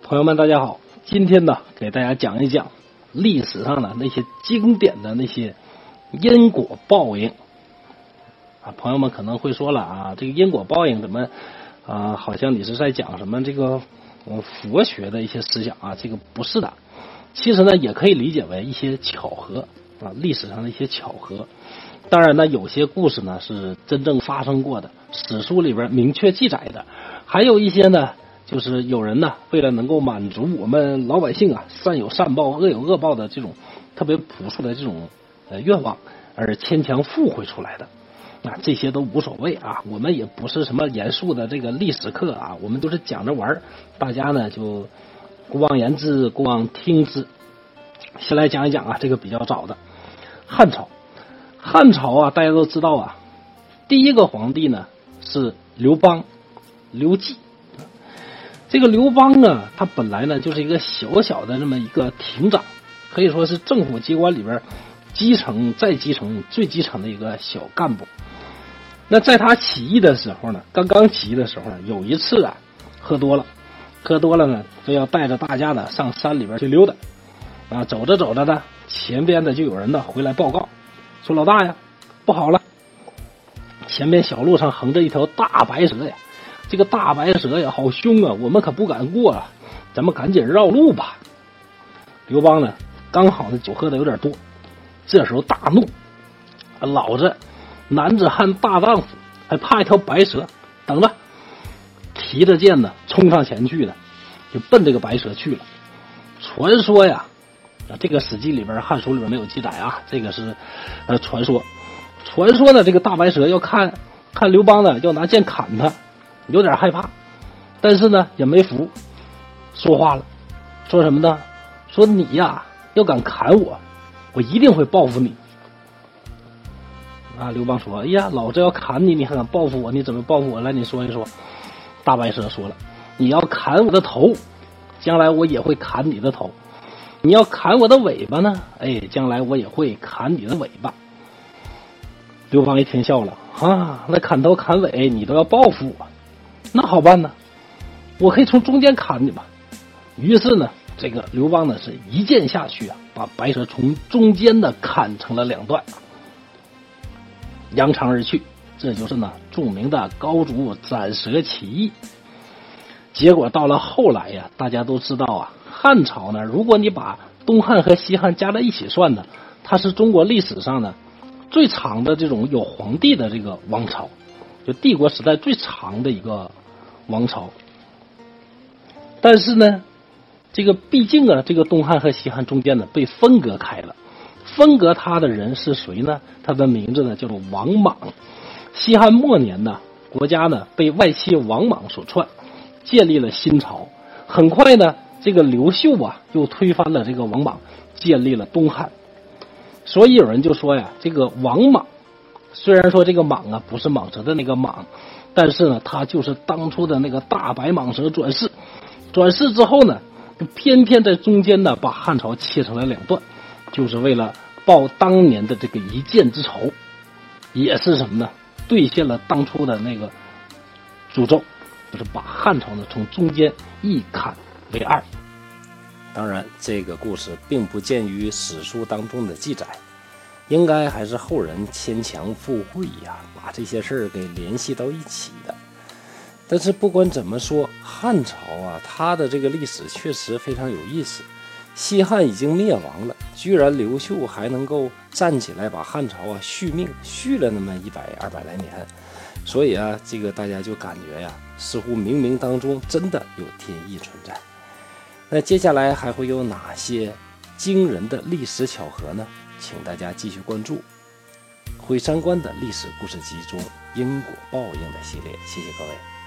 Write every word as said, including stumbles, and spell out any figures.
朋友们大家好，今天呢给大家讲一讲历史上的那些经典的那些因果报应啊。朋友们可能会说了啊，这个因果报应怎么啊，好像你是在讲什么这个嗯佛学的一些思想啊，这个不是的。其实呢也可以理解为一些巧合啊，历史上的一些巧合。当然呢有些故事呢是真正发生过的，史书里边明确记载的，还有一些呢就是有人呢为了能够满足我们老百姓啊善有善报恶有恶报的这种特别朴素的这种呃愿望而牵强附会出来的啊，这些都无所谓啊，我们也不是什么严肃的这个历史课啊，我们都是讲着玩，大家呢就姑妄言之姑妄听之。先来讲一讲啊这个比较早的汉朝。汉朝啊大家都知道啊，第一个皇帝呢是刘邦刘季。这个刘邦啊他本来呢就是一个小小的这么一个亭长，可以说是政府机关里边基层再基层最基层的一个小干部。那在他起义的时候呢，刚刚起义的时候呢，有一次啊喝多了喝多了呢就要带着大家呢上山里边去溜达啊，走着走着呢，前边的就有人呢回来报告说，老大呀不好了，前边小路上横着一条大白蛇呀，这个大白蛇呀好凶啊，我们可不敢过啊，咱们赶紧绕路吧。刘邦呢刚好呢酒喝的有点多，这时候大怒，老子男子汉大丈夫还怕一条白蛇，等着，提着剑呢冲上前去了，就奔这个白蛇去了。传说呀这个史记里边汉书里边没有记载啊，这个是呃传说传说呢这个大白蛇要看看刘邦呢要拿剑砍他，有点害怕，但是呢也没服，说话了，说什么呢？说你呀要敢砍我，我一定会报复你啊。刘邦说，哎呀老子要砍你，你还敢报复我？你怎么报复我？来你说一说。大白蛇说了，你要砍我的头，将来我也会砍你的头，你要砍我的尾巴呢，哎，将来我也会砍你的尾巴。刘邦一听笑了啊，那砍头砍尾你都要报复我，那好办呢，我可以从中间砍你吧。于是呢这个刘邦呢是一剑下去啊，把白蛇从中间的砍成了两段，扬长而去。这就是呢著名的高祖斩蛇起义。结果到了后来呀，大家都知道啊，汉朝呢，如果你把东汉和西汉加在一起算呢，它是中国历史上呢最长的这种有皇帝的这个王朝，就帝国时代最长的一个王朝。但是呢这个毕竟啊这个东汉和西汉中间呢被分割开了，分割他的人是谁呢？他的名字呢叫做王莽。西汉末年呢，国家呢被外戚王莽所篡，建立了新朝。很快呢这个刘秀啊又推翻了这个王莽，建立了东汉。所以有人就说呀，这个王莽虽然说这个蟒啊不是蟒蛇的那个蟒，但是呢他就是当初的那个大白蟒蛇转世。转世之后呢偏偏在中间呢把汉朝切成了两段，就是为了报当年的这个一箭之仇，也是什么呢？兑现了当初的那个诅咒，就是把汉朝呢从中间一砍为二。 当然这个故事并不见于史书当中的记载，应该还是后人牵强附会呀、啊，把这些事儿给联系到一起的。但是不管怎么说，汉朝啊它的这个历史确实非常有意思。西汉已经灭亡了，居然刘秀还能够站起来把汉朝啊续命，续了那么一百二百来年。所以啊这个大家就感觉呀，似乎冥冥当中真的有天意存在。那接下来还会有哪些惊人的历史巧合呢？请大家继续关注毁三观的历史故事集中因果报应的系列。谢谢各位。